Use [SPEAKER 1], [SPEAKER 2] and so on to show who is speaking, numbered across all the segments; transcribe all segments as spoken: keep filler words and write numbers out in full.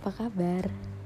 [SPEAKER 1] apa kabar?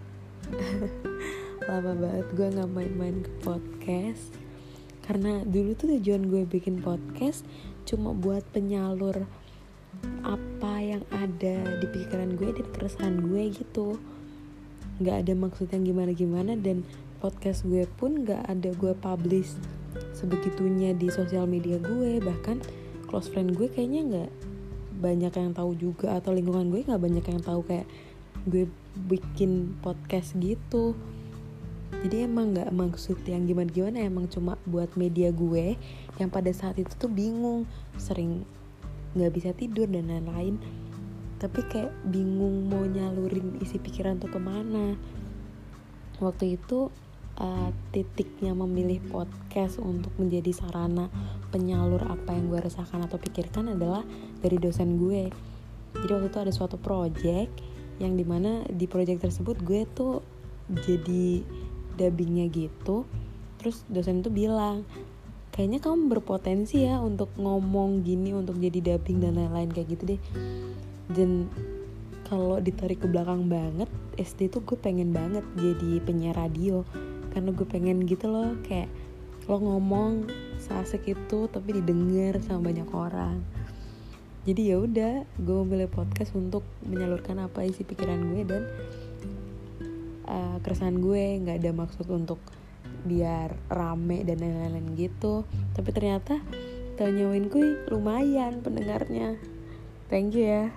[SPEAKER 1] Lama banget gue gak main-main ke podcast. Karena dulu tuh tujuan gue bikin podcast cuma buat penyalur apa yang ada di pikiran gue dan keresahan gue gitu. Gak ada maksud yang gimana-gimana. Dan podcast gue pun gak ada gue publish sebegitunya di sosial media gue. Bahkan close friend gue kayaknya gak banyak yang tahu juga, atau lingkungan gue gak banyak yang tahu kayak gue bikin podcast gitu. Jadi emang gak maksud yang gimana-gimana, emang cuma buat media gue yang pada saat itu tuh bingung, sering gak bisa tidur dan lain-lain. Tapi kayak bingung mau nyalurin isi pikiran tuh kemana. Waktu itu uh, titiknya memilih podcast untuk menjadi sarana penyalur apa yang gue rasakan atau pikirkan adalah dari dosen gue. Jadi waktu itu ada suatu project yang dimana di project tersebut gue tuh jadi dubbingnya gitu. Terus dosen itu bilang, kayaknya kamu berpotensi ya untuk ngomong gini, untuk jadi dubbing dan lain-lain kayak gitu deh. Dan kalau ditarik ke belakang banget, S D tuh gue pengen banget jadi penyiar radio, karena gue pengen gitu loh, kayak lo ngomong seasik itu tapi didengar sama banyak orang. Jadi ya udah, gue memilih podcast untuk menyalurkan apa isi pikiran gue dan uh, keresahan gue. Nggak ada maksud untuk biar rame dan lain-lain gitu. Tapi ternyata ternyawin gue lumayan pendengarnya. Thank you ya.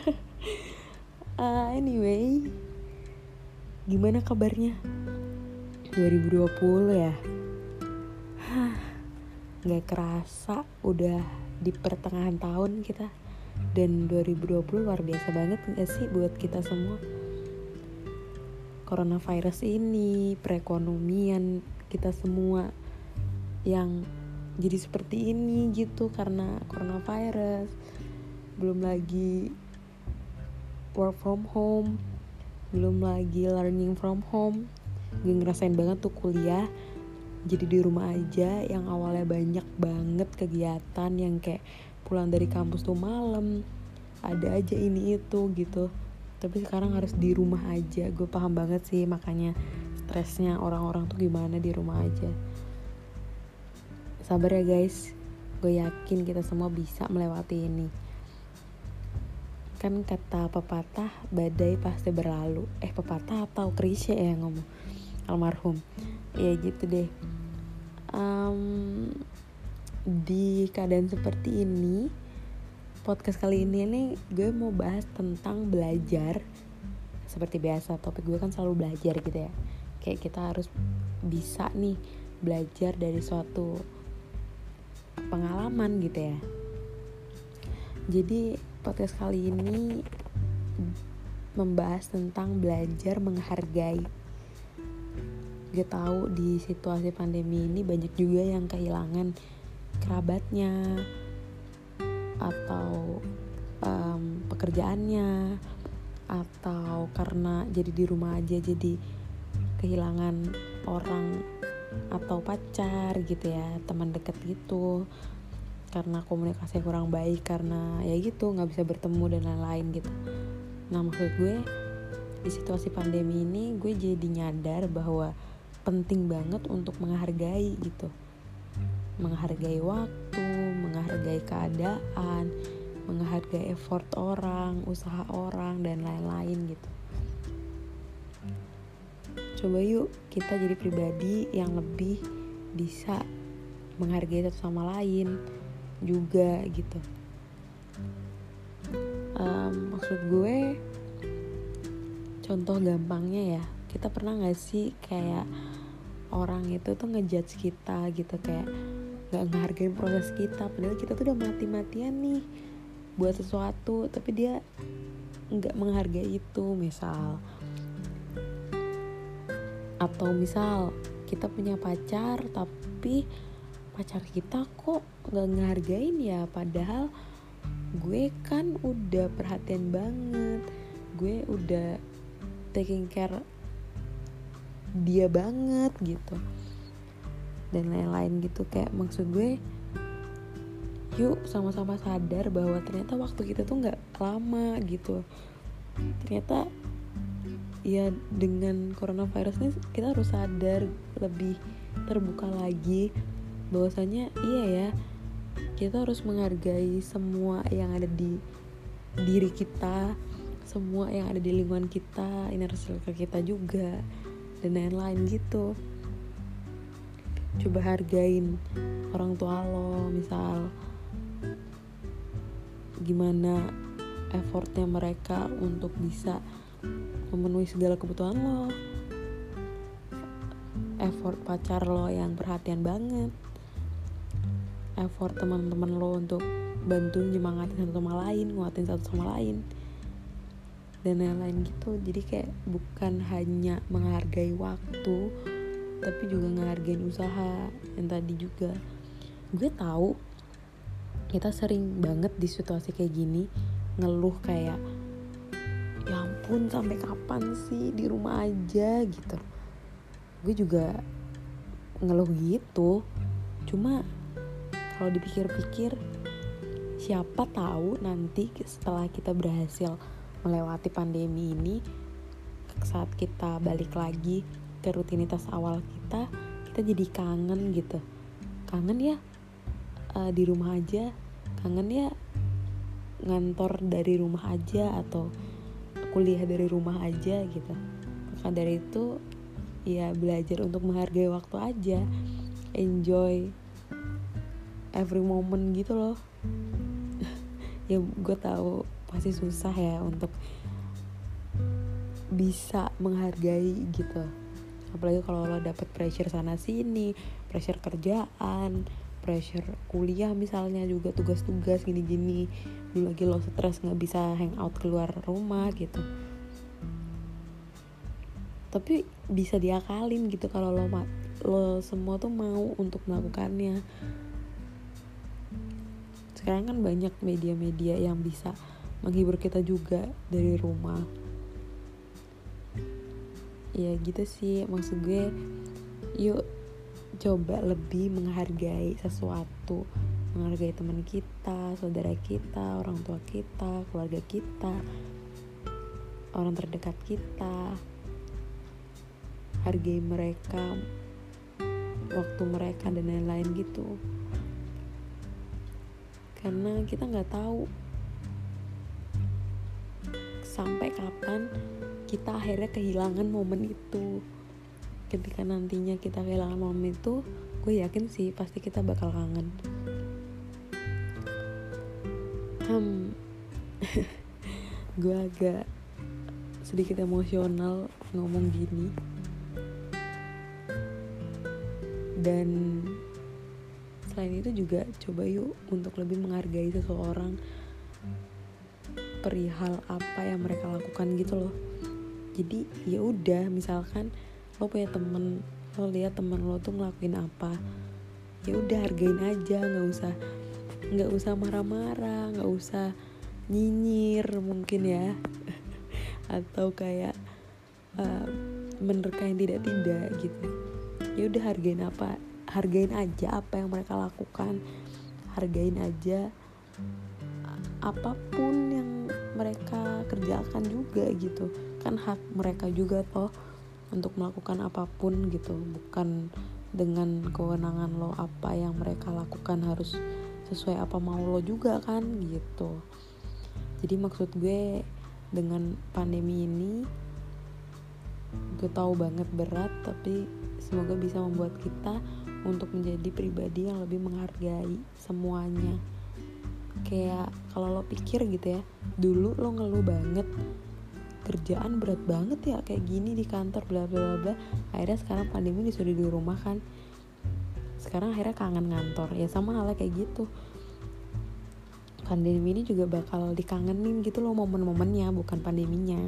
[SPEAKER 1] uh, Anyway, gimana kabarnya? dua ribu dua puluh ya. Gak kerasa udah di pertengahan tahun kita. Dan dua ribu dua puluh luar biasa banget gak sih buat kita semua. Coronavirus ini, perekonomian kita semua yang jadi seperti ini gitu karena coronavirus. Belum lagi work from home, belum lagi learning from home. Gue ngerasain banget tuh kuliah jadi di rumah aja, yang awalnya banyak banget kegiatan yang kayak pulang dari kampus tuh malam, ada aja ini itu gitu. Tapi sekarang harus di rumah aja. Gue paham banget sih, makanya stresnya orang-orang tuh gimana di rumah aja. Sabar ya guys, gue yakin kita semua bisa melewati ini. Kan kata pepatah, badai pasti berlalu. Eh pepatah atau klise ya ngomong almarhum. Ya gitu deh. Um, di keadaan seperti ini, podcast kali ini nih gue mau bahas tentang belajar. Seperti biasa, topik gue kan selalu belajar gitu ya. Kayak kita harus bisa nih belajar dari suatu pengalaman gitu ya. Jadi podcast kali ini membahas tentang belajar menghargai. Gue tahu di situasi pandemi ini banyak juga yang kehilangan kerabatnya atau um, pekerjaannya, atau karena jadi di rumah aja jadi kehilangan orang atau pacar gitu ya, teman dekat gitu, karena komunikasi kurang baik, karena ya gitu nggak bisa bertemu dan lain-lain gitu. Nah maksud gue di situasi pandemi ini gue jadi nyadar bahwa penting banget untuk menghargai gitu, menghargai waktu, menghargai keadaan, menghargai effort orang, usaha orang dan lain-lain gitu. Coba yuk kita jadi pribadi yang lebih bisa menghargai satu sama lain juga gitu. Um, maksud gue, contoh gampangnya ya, kita pernah gak sih kayak orang itu tuh ngejudge kita gitu, kayak gak ngehargain proses kita, padahal kita tuh udah mati-matian nih buat sesuatu, tapi dia gak menghargai itu. Misal Atau misal kita punya pacar, tapi pacar kita kok gak ngehargain ya, padahal gue kan udah perhatian banget, gue udah taking care dia banget gitu dan lain-lain gitu. Kayak maksud gue, yuk sama-sama sadar bahwa ternyata waktu kita tuh gak lama gitu. Ternyata ya dengan coronavirus ini kita harus sadar, lebih terbuka lagi bahwasanya iya ya, kita harus menghargai semua yang ada di diri kita, semua yang ada di lingkungan kita, inner circle kita juga, dan lain-lain gitu. Coba hargain orang tua lo, misal gimana effortnya mereka untuk bisa memenuhi segala kebutuhan lo, effort pacar lo yang perhatian banget, effort teman-teman lo untuk bantu nyemangatin satu sama lain, nguatin satu sama lain, dan lain-lain gitu. Jadi kayak bukan hanya menghargai waktu, tapi juga ngehargain usaha. Yang tadi juga gue tahu kita sering banget di situasi kayak gini ngeluh kayak, ya ampun sampai kapan sih di rumah aja gitu. Gue juga ngeluh gitu. Cuma kalau dipikir-pikir, siapa tahu nanti setelah kita berhasil melewati pandemi ini, saat kita balik lagi ke rutinitas awal kita, kita jadi kangen gitu. Kangen ya uh, di rumah aja, kangen ya ngantor dari rumah aja atau kuliah dari rumah aja gitu. Maka dari itu ya belajar untuk menghargai waktu aja, enjoy every moment gitu loh. Ya gue tahu pasti susah ya untuk bisa menghargai gitu, apalagi kalau lo dapet pressure sana sini, pressure kerjaan, pressure kuliah misalnya, juga tugas-tugas gini-gini, belum lagi lo stres nggak bisa hangout keluar rumah gitu. Tapi bisa diakalin gitu kalau lo lo semua tuh mau untuk melakukannya. Sekarang kan banyak media-media yang bisa menghibur kita juga dari rumah. Ya gitu sih, maksud gue, yuk coba lebih menghargai sesuatu, menghargai teman kita, saudara kita, orang tua kita, keluarga kita, orang terdekat kita. Hargai mereka, waktu mereka, dan lain-lain gitu. Karena kita nggak tahu sampai kapan kita akhirnya kehilangan momen itu. Ketika nantinya kita kehilangan momen itu, gue yakin sih pasti kita bakal kangen. Hmm, gue agak sedikit emosional ngomong gini. Dan selain itu juga coba yuk untuk lebih menghargai seseorang perihal apa yang mereka lakukan gitu loh. Jadi ya udah, misalkan lo punya temen, lo lihat temen lo tuh ngelakuin apa, ya udah hargain aja, nggak usah nggak usah marah-marah, nggak usah nyinyir mungkin ya atau kayak uh, menerka yang tidak-tidak gitu. Ya udah hargain apa hargain aja apa yang mereka lakukan, hargain aja apapun yang mereka kerjakan juga gitu. Kan hak mereka juga toh untuk melakukan apapun gitu, bukan dengan kewenangan lo apa yang mereka lakukan harus sesuai apa mau lo juga kan gitu. Jadi maksud gue dengan pandemi ini, gue tahu banget berat, tapi semoga bisa membuat kita untuk menjadi pribadi yang lebih menghargai semuanya. Kayak kalau lo pikir gitu ya, dulu lo ngeluh banget, kerjaan berat banget ya kayak gini di kantor bla bla bla. Akhirnya sekarang pandemi disuruh di rumah kan. Sekarang akhirnya kangen ngantor. Ya sama halnya kayak gitu. Pandemi ini juga bakal dikangenin gitu loh momen-momennya, bukan pandeminya.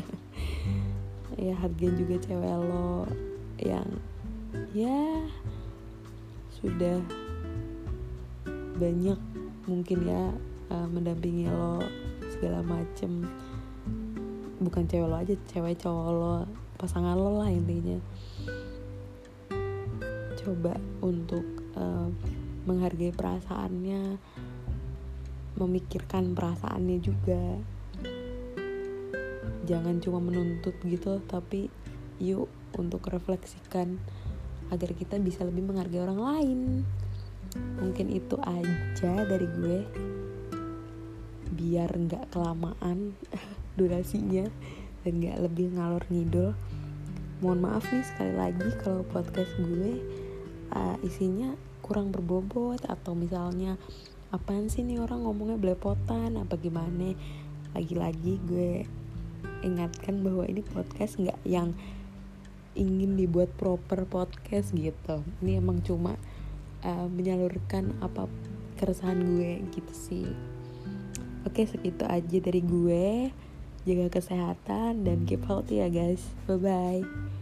[SPEAKER 1] Ya hargain juga cewek lo yang ya sudah banyak mungkin ya uh, mendampingi lo segala macem. Bukan cewek lo aja, cewek cowok lo, pasangan lo lah intinya. Coba untuk uh, menghargai perasaannya, memikirkan perasaannya juga. jangan cuma menuntut gitu, tapi yuk untuk refleksikan agar kita bisa lebih menghargai orang lain. Mungkin itu aja dari gue, biar gak kelamaan durasinya dan gak lebih ngalor ngidul. Mohon maaf nih sekali lagi kalau podcast gue uh, isinya kurang berbobot, atau misalnya apaan sih nih orang ngomongnya belepotan apa gimana. Lagi-lagi gue ingatkan bahwa ini podcast gak yang ingin dibuat proper podcast gitu. Ini emang cuma uh, menyalurkan apa keresahan gue gitu sih. Oke, segitu aja dari gue. Jaga kesehatan dan keep healthy ya guys. Bye bye.